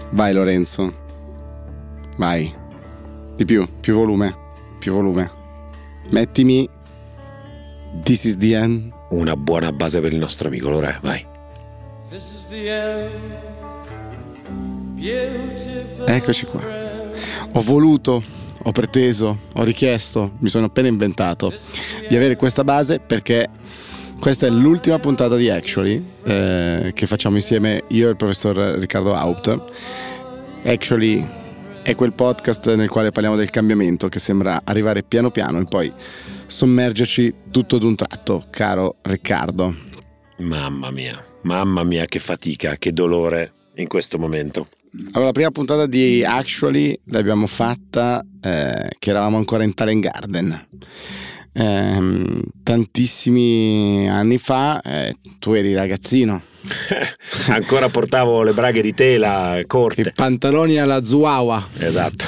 Vai Lorenzo, vai, di più volume, mettimi This is the end. Una buona base per il nostro amico Lore, vai. This is the end. Beautiful. Eccoci qua. Ho voluto, ho preteso, ho richiesto, mi sono appena inventato di avere questa base perché questa è l'ultima puntata di Actually che facciamo insieme io e il professor Riccardo Haupt. Actually è quel podcast nel quale parliamo del cambiamento che sembra arrivare piano piano e poi sommergerci tutto d'un tratto, caro Riccardo. Mamma mia, che fatica, che dolore in questo momento. Allora, la prima puntata di Actually l'abbiamo fatta che eravamo ancora in Talent Garden. Tantissimi anni fa, tu eri ragazzino. Ancora portavo le braghe di tela corte, i pantaloni alla Zuawa. Esatto.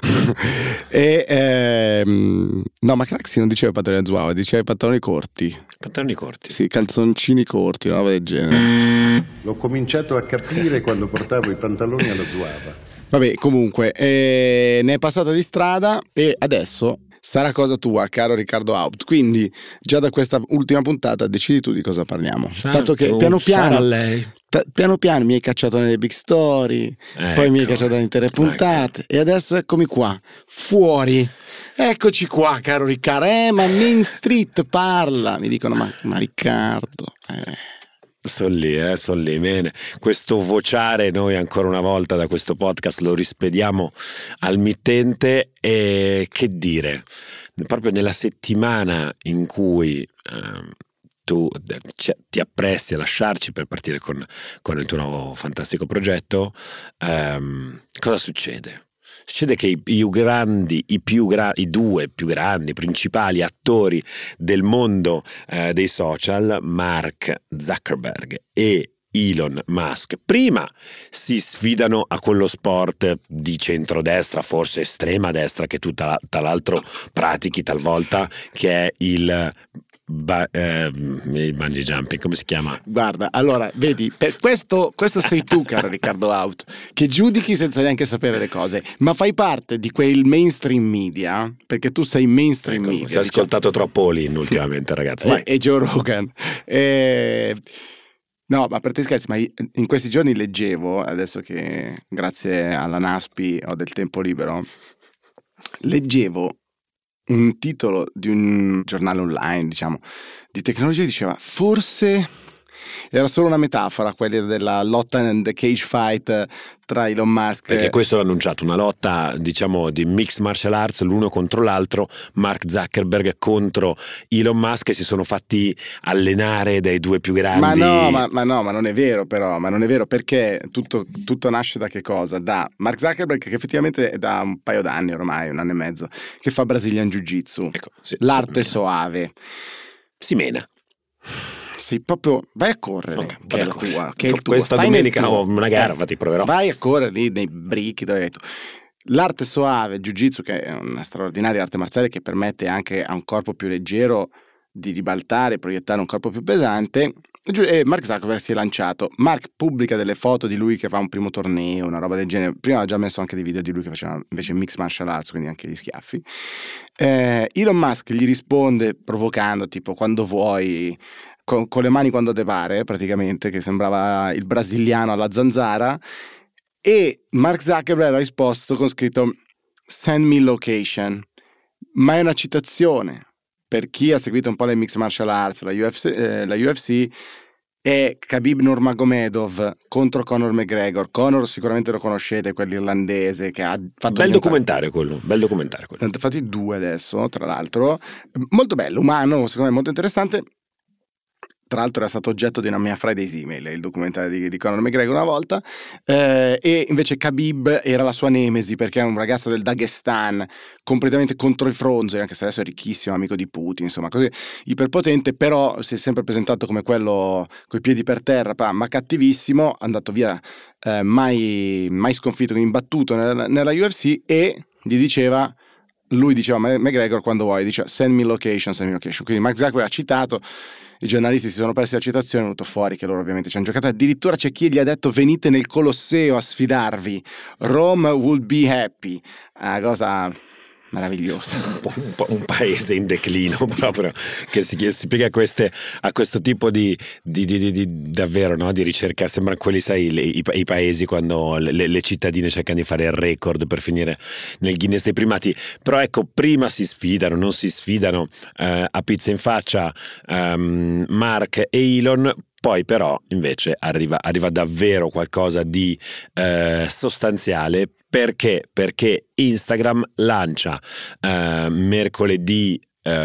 E no, ma Craxi non diceva i pantaloni alla Zuawa, diceva i pantaloni corti. Pantaloni corti? Sì, calzoncini corti, una roba del genere. L'ho cominciato a capire quando portavo i pantaloni alla Zuava. Vabbè, comunque ne è passata di strada e adesso sarà cosa tua, caro Riccardo Haupt. Quindi già da questa ultima puntata decidi tu di cosa parliamo. Tanto che piano piano mi hai cacciato nelle big story, poi mi hai cacciato da intere puntate e adesso eccomi qua, fuori. Eccoci qua, caro Riccardo. Ma Main Street parla. Mi dicono ma Riccardo Sono lì, bene. Questo vociare noi ancora una volta da questo podcast lo rispediamo al mittente. E che dire, proprio nella settimana in cui tu ti appresti a lasciarci per partire con il tuo nuovo fantastico progetto, cosa succede? Succede che i due più grandi, principali attori del mondo dei social, Mark Zuckerberg e Elon Musk, prima si sfidano a quello sport di centrodestra, forse estrema destra, che tu tra l'altro pratichi talvolta, che è il bungee jumping, come si chiama? Guarda, allora, vedi, per questo sei tu, caro Riccardo Haupt, che giudichi senza neanche sapere le cose, ma fai parte di quel mainstream media, perché tu sei mainstream media. Si è ascoltato troppo Olin ultimamente, ragazzi. E Joe Rogan. No, ma per te scherzi, ma in questi giorni leggevo, adesso che grazie alla NASPI ho del tempo libero, leggevo un titolo di un giornale online, diciamo, di tecnologia, diceva forse era solo una metafora quella della lotta and the cage fight tra Elon Musk, perché questo l'ha annunciato, una lotta diciamo di mixed martial arts, l'uno contro l'altro, Mark Zuckerberg contro Elon Musk, e si sono fatti allenare dai due più grandi. Ma non è vero, però, ma non è vero, perché tutto nasce da che cosa? Da Mark Zuckerberg, che effettivamente è da un paio d'anni ormai, un anno e mezzo, che fa Brazilian Jiu-Jitsu, ecco, l'arte soave. Si mena. Sei proprio, vai a correre, Okay, che è la tua, che è il tuo. Questa Stai domenica ho una gara, ti proverò. Vai a correre lì nei bricchi dove hai detto. L'arte soave, Jiu-Jitsu, che è una straordinaria arte marziale che permette anche a un corpo più leggero di ribaltare, proiettare un corpo più pesante. E Mark Zuckerberg si è lanciato. Mark pubblica delle foto di lui che fa un primo torneo, una roba del genere. Prima aveva già messo anche dei video di lui che faceva invece mixed martial arts, quindi anche gli schiaffi. Elon Musk gli risponde provocando, tipo quando vuoi, con le mani quando te pare, praticamente, che sembrava il brasiliano alla zanzara. E Mark Zuckerberg ha risposto con scritto "Send me location", ma è una citazione. Per chi ha seguito un po' le mixed martial arts, la UFC, è Khabib Nurmagomedov contro Conor McGregor. Conor sicuramente lo conoscete, quell'irlandese che ha fatto bel documentario quello. Infatti 2 adesso, tra l'altro, molto bello, umano, secondo me molto interessante. Tra l'altro era stato oggetto di una mia Friday's Email, il documentario di Conor McGregor una volta, e invece Khabib era la sua nemesi, perché è un ragazzo del Dagestan completamente contro i fronzoli, anche se adesso è ricchissimo, amico di Putin, insomma così iperpotente, però si è sempre presentato come quello coi piedi per terra, ma cattivissimo, andato via mai sconfitto, imbattuto nella UFC, e gli diceva lui diceva a McGregor quando vuoi, diceva send me location, quindi Mark Zuckerberg ha citato, i giornalisti si sono persi la citazione, è venuto fuori che loro ovviamente ci hanno giocato, addirittura c'è chi gli ha detto venite nel Colosseo a sfidarvi, Rome would be happy, una cosa meravigliosa. Un paese in declino proprio, che si piega a questo tipo di davvero, no? Di ricerca. Sembrano quelli, sai, i paesi quando le cittadine cercano di fare il record per finire nel Guinness dei primati. Però ecco, prima non si sfidano a pizza in faccia Mark e Elon. Poi però invece arriva davvero qualcosa di sostanziale. Perché Instagram lancia mercoledì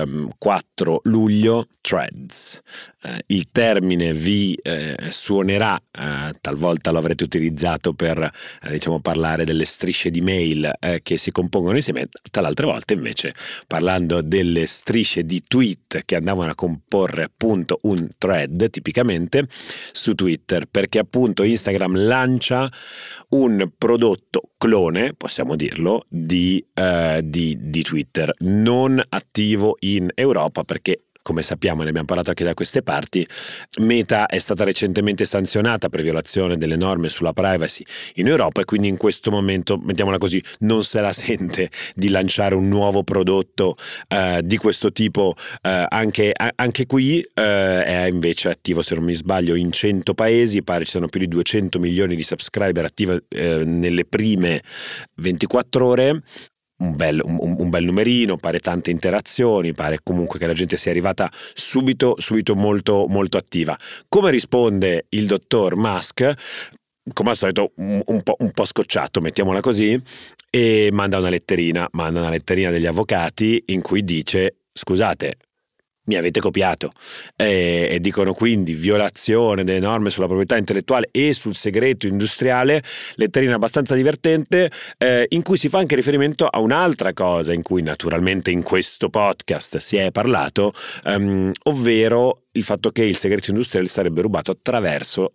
4 luglio Threads. Il termine vi suonerà, talvolta lo avrete utilizzato per diciamo parlare delle strisce di mail che si compongono insieme, tal altre volte invece parlando delle strisce di tweet che andavano a comporre appunto un thread tipicamente su Twitter, perché appunto Instagram lancia un prodotto clone, possiamo dirlo, di Twitter, non attivo in Europa, perché come sappiamo, ne abbiamo parlato anche da queste parti, Meta è stata recentemente sanzionata per violazione delle norme sulla privacy in Europa, e quindi in questo momento, mettiamola così, non se la sente di lanciare un nuovo prodotto di questo tipo anche qui. È invece attivo, se non mi sbaglio, in 100 paesi, pare ci siano più di 200 milioni di subscriber attivi nelle prime 24 ore. Un bel numerino, pare tante interazioni, pare comunque che la gente sia arrivata subito molto, molto attiva. Come risponde il dottor Musk? Come al solito un po' scocciato, mettiamola così, e manda una letterina degli avvocati in cui dice: scusate, mi avete copiato, e dicono quindi violazione delle norme sulla proprietà intellettuale e sul segreto industriale. Letterina abbastanza divertente, in cui si fa anche riferimento a un'altra cosa in cui naturalmente in questo podcast si è parlato, ovvero il fatto che il segreto industriale sarebbe rubato attraverso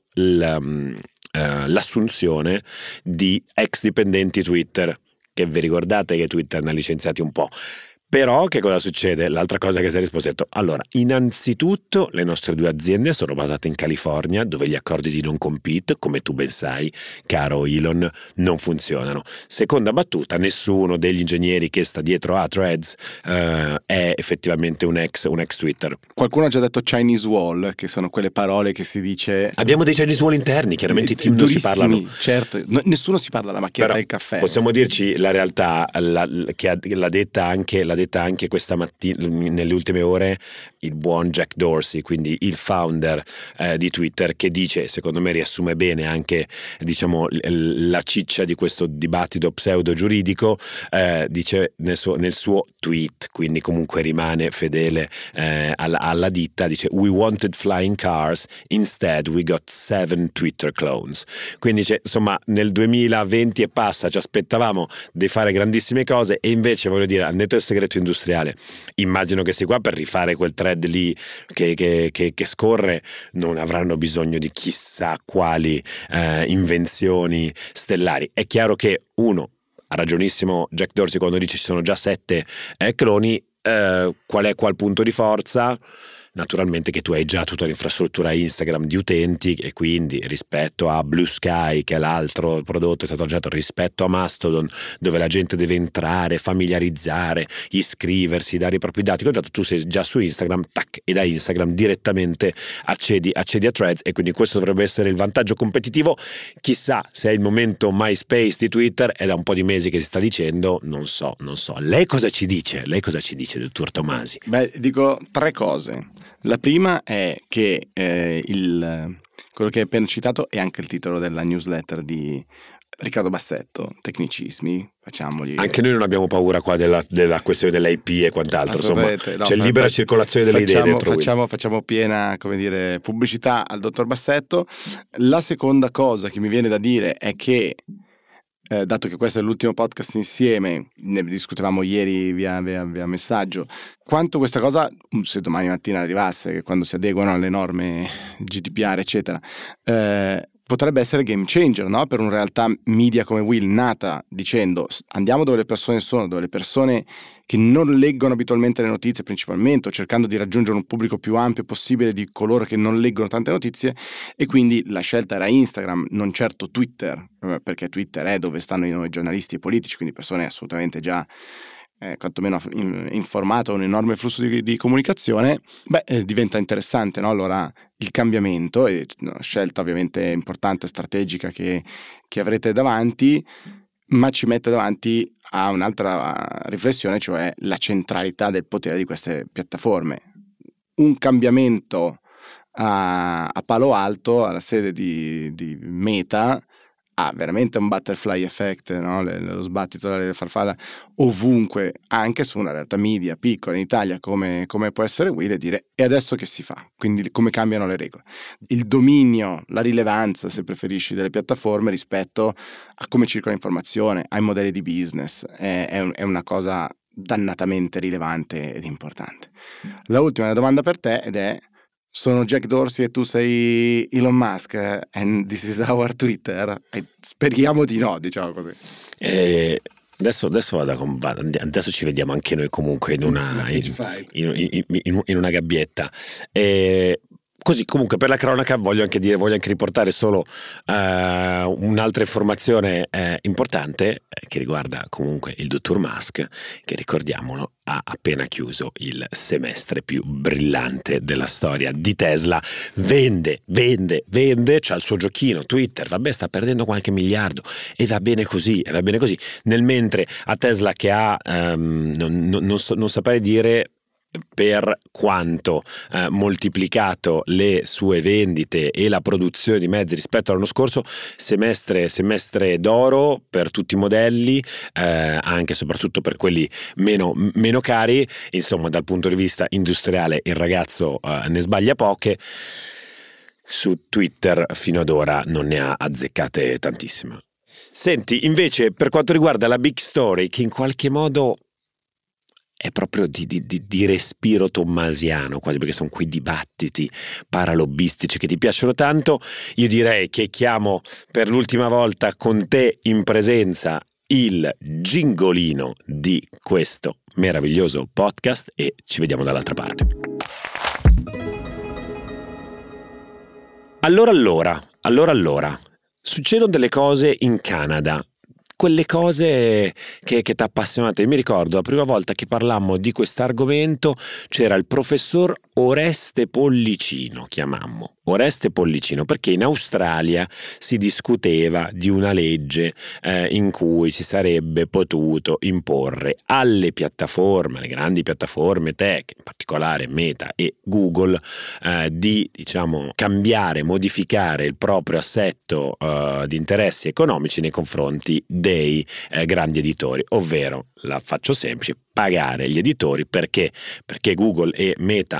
l'assunzione di ex dipendenti Twitter, che vi ricordate che Twitter ne ha licenziati un po'. Però che cosa succede? L'altra cosa che si è risposto è detto: allora, innanzitutto le nostre 2 aziende sono basate in California, dove gli accordi di non compete, come tu ben sai, caro Elon, non funzionano. Seconda battuta, nessuno degli ingegneri che sta dietro a Threads è effettivamente un ex Twitter. Qualcuno ha già detto Chinese Wall, che sono quelle parole che si dice... Abbiamo dei Chinese Wall interni, chiaramente i team non si parlano. Certo, nessuno si parla alla macchietta del caffè. Possiamo dirci la realtà, che l'ha detta anche questa mattina, nelle ultime ore, il buon Jack Dorsey, quindi il founder di Twitter, che dice, secondo me riassume bene anche, diciamo, la ciccia di questo dibattito pseudo giuridico, dice nel suo tweet, quindi comunque rimane fedele alla ditta, dice: we wanted flying cars, instead we got 7 Twitter clones. Quindi dice, insomma, nel 2020 e passa ci aspettavamo di fare grandissime cose, e invece, voglio dire, al netto del segreto industriale, immagino che sia qua per rifare quel thread lì che scorre, non avranno bisogno di chissà quali invenzioni stellari. È chiaro che ha ragionissimo Jack Dorsey quando dice ci sono già 7 cloni. Qual è qua il punto di forza? Naturalmente che tu hai già tutta l'infrastruttura Instagram di utenti, e quindi rispetto a Blue Sky, che è l'altro prodotto è stato lanciato, rispetto a Mastodon, dove la gente deve entrare, familiarizzare, iscriversi, dare i propri dati, tu sei già su Instagram, tac, e da Instagram direttamente accedi a Threads, e quindi questo dovrebbe essere il vantaggio competitivo. Chissà se è il momento MySpace di Twitter, è da un po' di mesi che si sta dicendo, non so. Lei cosa ci dice, dottor Tomasi? Beh, dico 3 cose. La prima è che quello che hai appena citato è anche il titolo della newsletter di Riccardo Bassetto, Tecnicismi, facciamoli. Anche noi non abbiamo paura qua della questione dell'IP e quant'altro, insomma, no, c'è libera circolazione delle idee dentro. Facciamo piena, come dire, pubblicità al dottor Bassetto. La seconda cosa che mi viene da dire è che dato che questo è l'ultimo podcast insieme, ne discutevamo ieri via messaggio, quanto questa cosa, se domani mattina arrivasse, che quando si adeguano alle norme GDPR eccetera, potrebbe essere game changer, no? Per una realtà media come Will, nata dicendo andiamo dove le persone sono, dove le persone che non leggono abitualmente le notizie principalmente, o cercando di raggiungere un pubblico più ampio possibile di coloro che non leggono tante notizie, e quindi la scelta era Instagram, non certo Twitter, perché Twitter è dove stanno i giornalisti e politici, quindi persone assolutamente già quantomeno informato, un enorme flusso di comunicazione. Diventa interessante, no? Allora il cambiamento è una scelta ovviamente importante, strategica che avrete davanti, ma ci mette davanti a un'altra riflessione, cioè la centralità del potere di queste piattaforme. Un cambiamento a Palo Alto, alla sede di Meta, ha veramente un butterfly effect, no? Lo sbattito della farfalla ovunque, anche su una realtà media piccola in Italia come può essere Will, e dire e adesso che si fa? Quindi come cambiano le regole? Il dominio, la rilevanza, se preferisci, delle piattaforme rispetto a come circola l'informazione, ai modelli di business, è una cosa dannatamente rilevante ed importante. La ultima domanda per te ed è: sono Jack Dorsey e tu sei Elon Musk and this is our Twitter? Speriamo di no, diciamo così. Adesso ci vediamo anche noi comunque in una gabbietta. Così, comunque, per la cronaca voglio anche riportare solo un'altra informazione importante che riguarda comunque il dottor Musk, che, ricordiamolo, ha appena chiuso il semestre più brillante della storia di Tesla. Vende, c'ha il suo giochino Twitter, vabbè, sta perdendo qualche miliardo e va bene così. Nel mentre a Tesla, che ha non saprei dire per quanto moltiplicato le sue vendite e la produzione di mezzi rispetto all'anno scorso, semestre d'oro per tutti i modelli, anche e soprattutto per quelli meno cari. Insomma, dal punto di vista industriale il ragazzo ne sbaglia poche. Su Twitter fino ad ora non ne ha azzeccate tantissime. Senti, invece, per quanto riguarda la big story, che in qualche modo è proprio di respiro tommasiano, quasi, perché sono quei dibattiti paralobbistici che ti piacciono tanto, io direi che chiamo per l'ultima volta con te in presenza il gingolino di questo meraviglioso podcast e ci vediamo dall'altra parte. Allora, succedono delle cose in Canada, quelle cose che ti appassionate. Io mi ricordo la prima volta che parlammo di questo argomento, c'era il professor Oreste Pollicino, perché in Australia si discuteva di una legge in cui si sarebbe potuto imporre alle piattaforme, alle grandi piattaforme tech, in particolare Meta e Google, di cambiare, modificare il proprio assetto di interessi economici nei confronti dei grandi editori, ovvero, la faccio semplice, pagare gli editori perché Google e Meta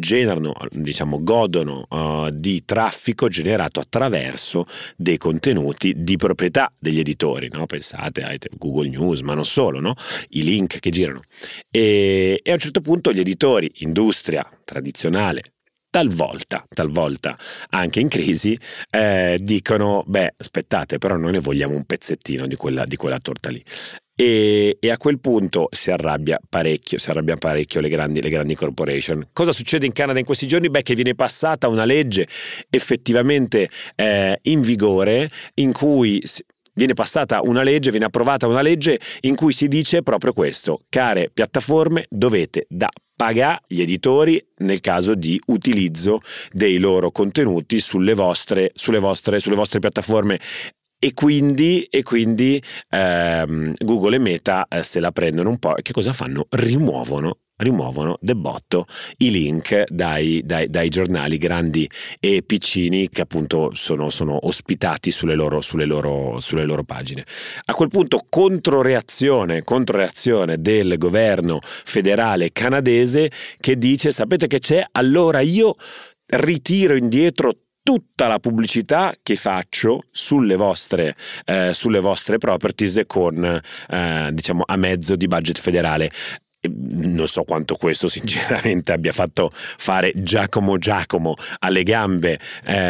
godono di traffico generato attraverso dei contenuti di proprietà degli editori, no? Pensate a Google News, ma non solo, no? I link che girano, e a un certo punto gli editori, industria tradizionale, talvolta anche in crisi, dicono aspettate, però noi ne vogliamo un pezzettino di quella torta lì. E a quel punto si arrabbia parecchio le grandi corporation. Cosa succede in Canada in questi giorni? Che viene passata una legge effettivamente in vigore, in cui viene approvata una legge in cui si dice proprio questo: care piattaforme, dovete pagare gli editori nel caso di utilizzo dei loro contenuti sulle vostre piattaforme. E quindi Google e Meta se la prendono un po', e che cosa fanno? Rimuovono de botto i link dai giornali grandi e piccini che appunto sono ospitati sulle loro pagine. A quel punto, controreazione del governo federale canadese, che dice: sapete che c'è? Allora io ritiro indietro tutta la pubblicità che faccio sulle vostre properties con a mezzo di budget federale. Non so quanto questo sinceramente abbia fatto fare Giacomo alle gambe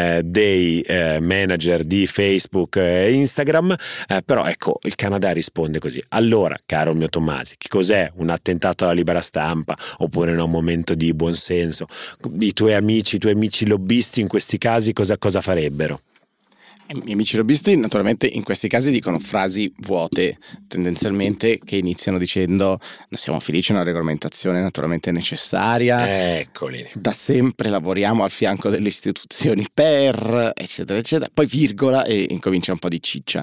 dei manager di Facebook e Instagram, però ecco, il Canada risponde così. Allora, caro mio Tommasi, che cos'è un attentato alla libera stampa oppure un momento di buonsenso? I tuoi amici lobbisti in questi casi cosa farebbero? I miei amici lobbisti naturalmente in questi casi dicono frasi vuote, tendenzialmente, che iniziano dicendo: noi siamo felici, è una regolamentazione naturalmente necessaria, Eccoli. da sempre lavoriamo al fianco delle istituzioni per eccetera eccetera, poi virgola e incomincia un po' di ciccia.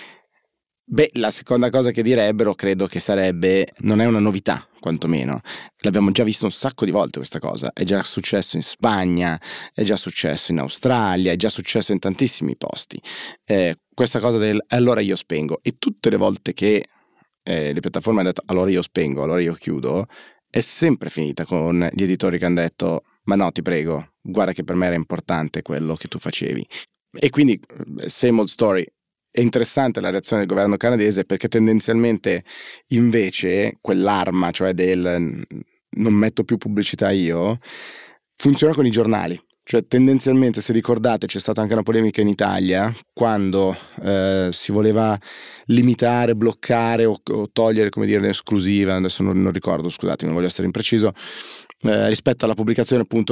Beh, la seconda cosa che direbbero credo che sarebbe: non è una novità, quantomeno l'abbiamo già visto un sacco di volte questa cosa, è già successo in Spagna, è già successo in Australia, è già successo in tantissimi posti, questa cosa del allora io spengo, e tutte le volte che le piattaforme hanno detto allora io spengo, allora io chiudo, è sempre finita con gli editori che hanno detto: ma no, ti prego, guarda che per me era importante quello che tu facevi. E quindi same old story. È interessante la reazione del governo canadese, perché tendenzialmente invece quell'arma, cioè del non metto più pubblicità io, funziona con i giornali. Cioè tendenzialmente, se ricordate, c'è stata anche una polemica in Italia quando si voleva limitare, bloccare o togliere, come dire, l'esclusiva, adesso non ricordo, scusate, non voglio essere impreciso, rispetto alla pubblicazione appunto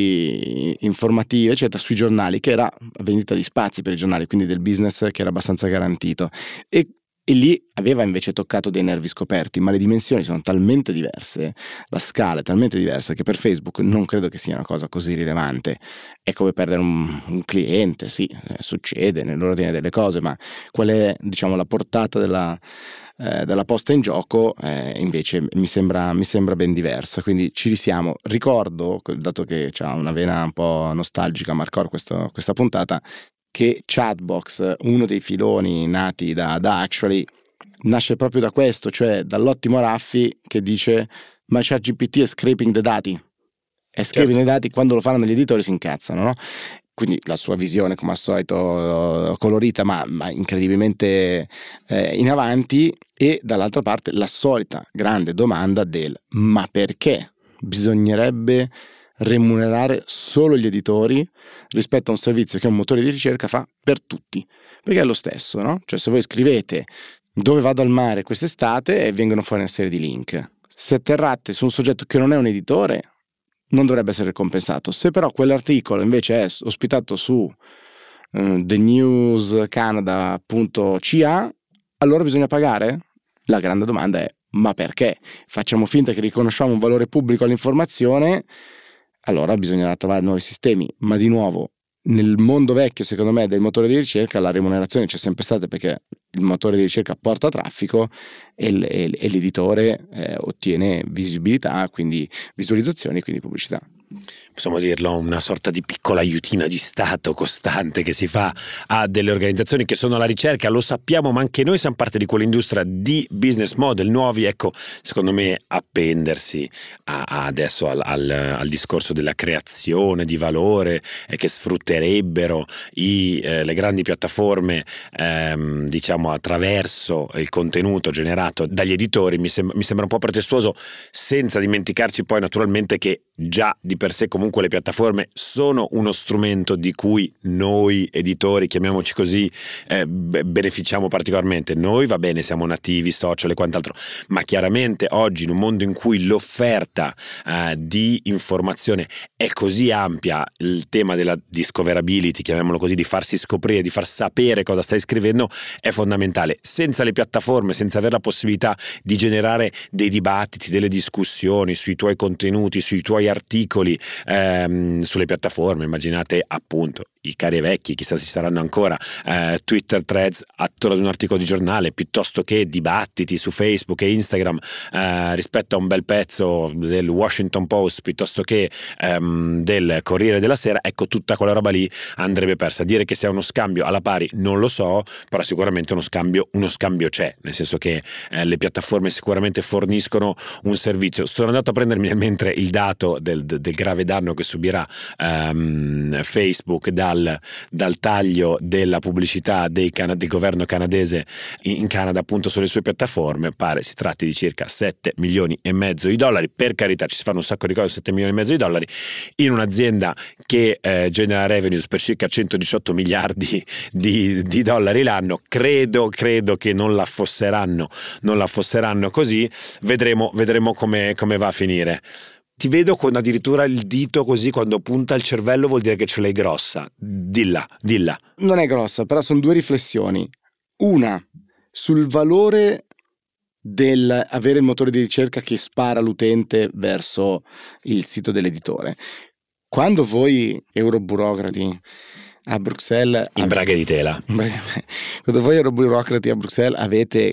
di informative eccetera sui giornali, che era vendita di spazi per i giornali, quindi del business che era abbastanza garantito, e lì aveva invece toccato dei nervi scoperti, ma le dimensioni sono talmente diverse, la scala è talmente diversa, che per Facebook non credo che sia una cosa così rilevante. È come perdere un cliente, sì, succede nell'ordine delle cose, ma qual è, diciamo, la portata della posta in gioco invece mi sembra ben diversa, quindi ci risiamo. Ricordo, dato che c'ha una vena un po' nostalgica Marcor questa puntata, che Chatbox, uno dei filoni nati da Actually, nasce proprio da questo, cioè dall'ottimo Raffi che dice: ma ChatGPT è scraping the dati, è scraping the dati, quando lo fanno gli editori si incazzano, no? Quindi la sua visione, come al solito, colorita ma incredibilmente in avanti, e dall'altra parte la solita grande domanda del: ma perché bisognerebbe remunerare solo gli editori rispetto a un servizio che un motore di ricerca fa per tutti? Perché è lo stesso, no? Cioè, se voi scrivete dove vado al mare quest'estate e vengono fuori una serie di link, se atterrate su un soggetto che non è un editore non dovrebbe essere compensato. Se però quell'articolo invece è ospitato su thenewscanada.ca, allora bisogna pagare? La grande domanda è: ma perché? Facciamo finta che riconosciamo un valore pubblico all'informazione, allora bisognerà trovare nuovi sistemi. Ma di nuovo, nel mondo vecchio, secondo me, del motore di ricerca, la remunerazione c'è sempre stata, perché il motore di ricerca porta traffico e l'editore ottiene visibilità, quindi visualizzazioni, quindi pubblicità. Possiamo dirlo, una sorta di piccola aiutina di Stato costante che si fa a delle organizzazioni che sono alla ricerca, lo sappiamo, ma anche noi siamo parte di quell'industria di business model nuovi. Ecco, secondo me appendersi adesso al discorso della creazione di valore che sfrutterebbero le grandi piattaforme diciamo attraverso il contenuto generato dagli editori mi sembra un po' pretestuoso, senza dimenticarci poi naturalmente che già di per sé comunque le piattaforme sono uno strumento di cui noi editori, chiamiamoci così, beneficiamo particolarmente. Noi, va bene, siamo nativi, social e quant'altro, ma chiaramente oggi in un mondo in cui l'offerta di informazione è così ampia, il tema della discoverability, chiamiamolo così, di farsi scoprire, di far sapere cosa stai scrivendo, è fondamentale. Senza le piattaforme, senza avere la possibilità di generare dei dibattiti, delle discussioni sui tuoi contenuti, sui tuoi articoli sulle piattaforme, immaginate appunto i cari e vecchi, chissà si saranno ancora, Twitter threads attorno ad un articolo di giornale, piuttosto che dibattiti su Facebook e Instagram rispetto a un bel pezzo del Washington Post, piuttosto che del Corriere della Sera. Ecco, tutta quella roba lì andrebbe persa. Dire che sia uno scambio alla pari non lo so, però sicuramente uno scambio c'è, nel senso che le piattaforme sicuramente forniscono un servizio. Sono andato a prendermi nel mentre il dato del grave danno che subirà Facebook dal taglio della pubblicità del governo canadese in Canada appunto sulle sue piattaforme. Pare si tratti di circa 7 milioni e mezzo di dollari. Per carità, ci si fanno un sacco di cose, 7 milioni e mezzo di dollari in un'azienda che genera revenues per circa 118 miliardi di dollari l'anno. Credo che non la affosseranno così. Vedremo come va a finire. Ti vedo con addirittura il dito così, quando punta il cervello vuol dire che ce l'hai grossa. Dilla. Non è grossa, però sono due riflessioni. Una sul valore del avere il motore di ricerca che spara l'utente verso il sito dell'editore. Quando voi euroburocrati a Bruxelles, in braghe di tela, quando voi euroburocrati a Bruxelles avete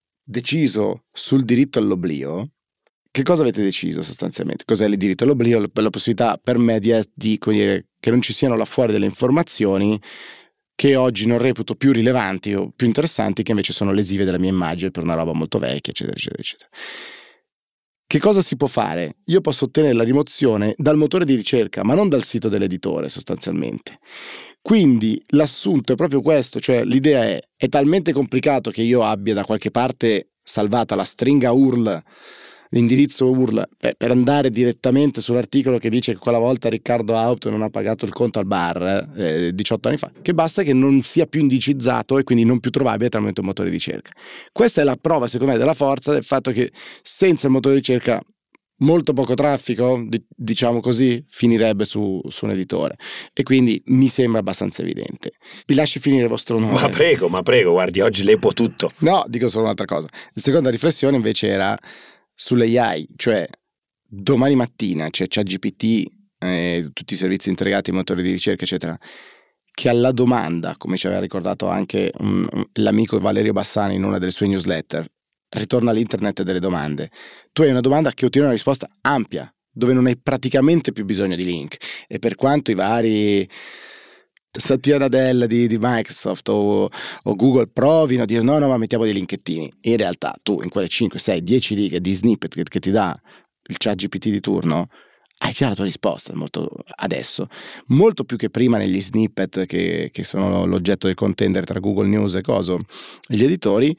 deciso sul diritto all'oblio, che cosa avete deciso sostanzialmente? Cos'è il diritto all'oblio? La possibilità per me di che non ci siano là fuori delle informazioni che oggi non reputo più rilevanti o più interessanti, che invece sono lesive della mia immagine per una roba molto vecchia, eccetera, eccetera, eccetera. Che cosa si può fare? Io posso ottenere la rimozione dal motore di ricerca, ma non dal sito dell'editore sostanzialmente. Quindi l'assunto è proprio questo, cioè l'idea è talmente complicato che io abbia da qualche parte salvata la stringa URL, l'indirizzo URL, per andare direttamente sull'articolo che dice che quella volta Riccardo Haupt non ha pagato il conto al bar 18 anni fa, che basta che non sia più indicizzato e quindi non più trovabile tramite un motore di ricerca. Questa è la prova, secondo me, della forza del fatto che senza il motore di ricerca molto poco traffico, diciamo così, finirebbe su un editore, e quindi mi sembra abbastanza evidente. Vi lascio finire il vostro nome. Ma prego, guardi, oggi lei può tutto. No, dico solo un'altra cosa. La seconda riflessione invece era sull'AI, cioè domani mattina c'è ChatGPT, tutti i servizi integrati, motori di ricerca eccetera, che alla domanda, come ci aveva ricordato anche l'amico Valerio Bassani in una delle sue newsletter, ritorna all'internet delle domande. Tu hai una domanda che ottiene una risposta ampia, dove non hai praticamente più bisogno di link, e per quanto i vari Satya Nadella di Microsoft o Google provino a dire no ma mettiamo dei linkettini, in realtà tu in quelle 5, 6, 10 righe di snippet che ti dà il ChatGPT di turno hai già la tua risposta adesso, molto più che prima negli snippet che sono l'oggetto del contender tra Google News e gli editori.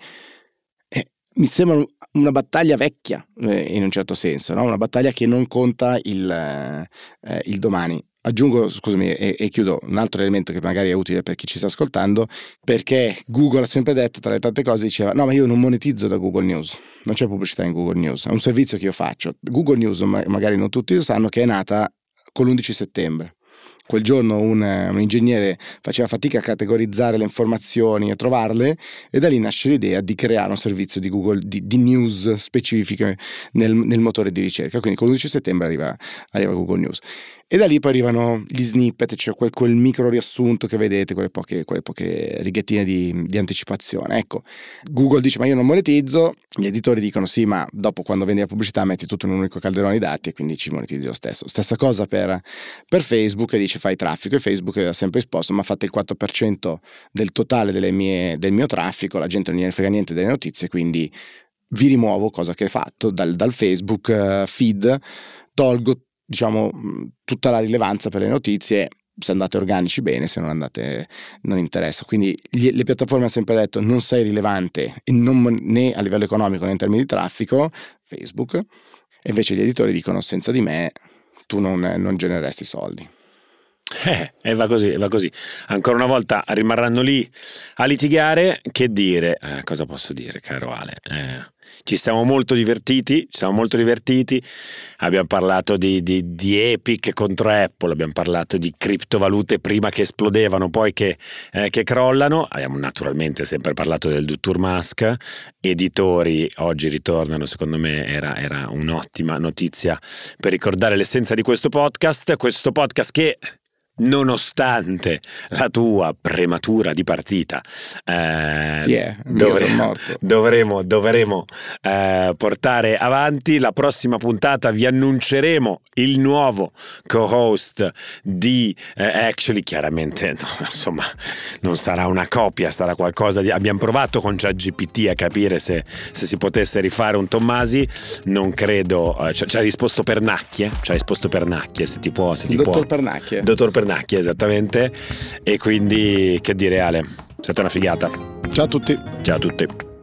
Mi sembra una battaglia vecchia in un certo senso, no? Una battaglia che non conta il domani. Aggiungo, scusami, e chiudo, un altro elemento che magari è utile per chi ci sta ascoltando, perché Google ha sempre detto, tra le tante cose, diceva no ma io non monetizzo da Google News, non c'è pubblicità in Google News, è un servizio che io faccio. Google News, magari non tutti lo sanno, che è nata con l'11 settembre. Quel giorno un ingegnere faceva fatica a categorizzare le informazioni e trovarle, e da lì nasce l'idea di creare un servizio di Google di news specifiche nel motore di ricerca. Quindi con l'11 settembre arriva Google News, e da lì poi arrivano gli snippet, cioè quel micro riassunto che vedete, quelle poche righettine di anticipazione. Ecco, Google dice ma io non monetizzo, gli editori dicono sì ma dopo quando vendi la pubblicità metti tutto in un unico calderone di dati e quindi ci monetizzi lo stesso. Stessa cosa per Facebook, che dice fai traffico, e Facebook ha sempre risposto ma fate il 4% del totale del mio traffico, la gente non gliene frega niente delle notizie, quindi vi rimuovo, cosa che è fatto dal Facebook feed, tolgo diciamo tutta la rilevanza per le notizie, se andate organici bene, se non andate non interessa. Quindi le piattaforme hanno sempre detto non sei rilevante né a livello economico né in termini di traffico, Facebook, e invece gli editori dicono senza di me tu non genereresti soldi. E va così. Ancora una volta rimarranno lì a litigare. Che dire? Cosa posso dire, caro Ale? Ci siamo molto divertiti. Abbiamo parlato di Epic contro Apple, abbiamo parlato di criptovalute prima che esplodevano, poi che crollano. Abbiamo naturalmente sempre parlato del dottor Musk. Editori oggi ritornano, secondo me era un'ottima notizia per ricordare l'essenza di questo podcast che, nonostante la tua prematura di partita, dovremo portare avanti. La prossima puntata vi annunceremo il nuovo co-host di Actually, chiaramente no, insomma non sarà una copia, sarà qualcosa di... Abbiamo provato con ChatGPT a capire se si potesse rifare un Tommasi, non credo. Ci ha risposto Pernacchie, se ti può. Dottor Pernacchie. Pernacchia, esattamente. E quindi che dire, Ale, è stata una figata. Ciao a tutti. Ciao a tutti.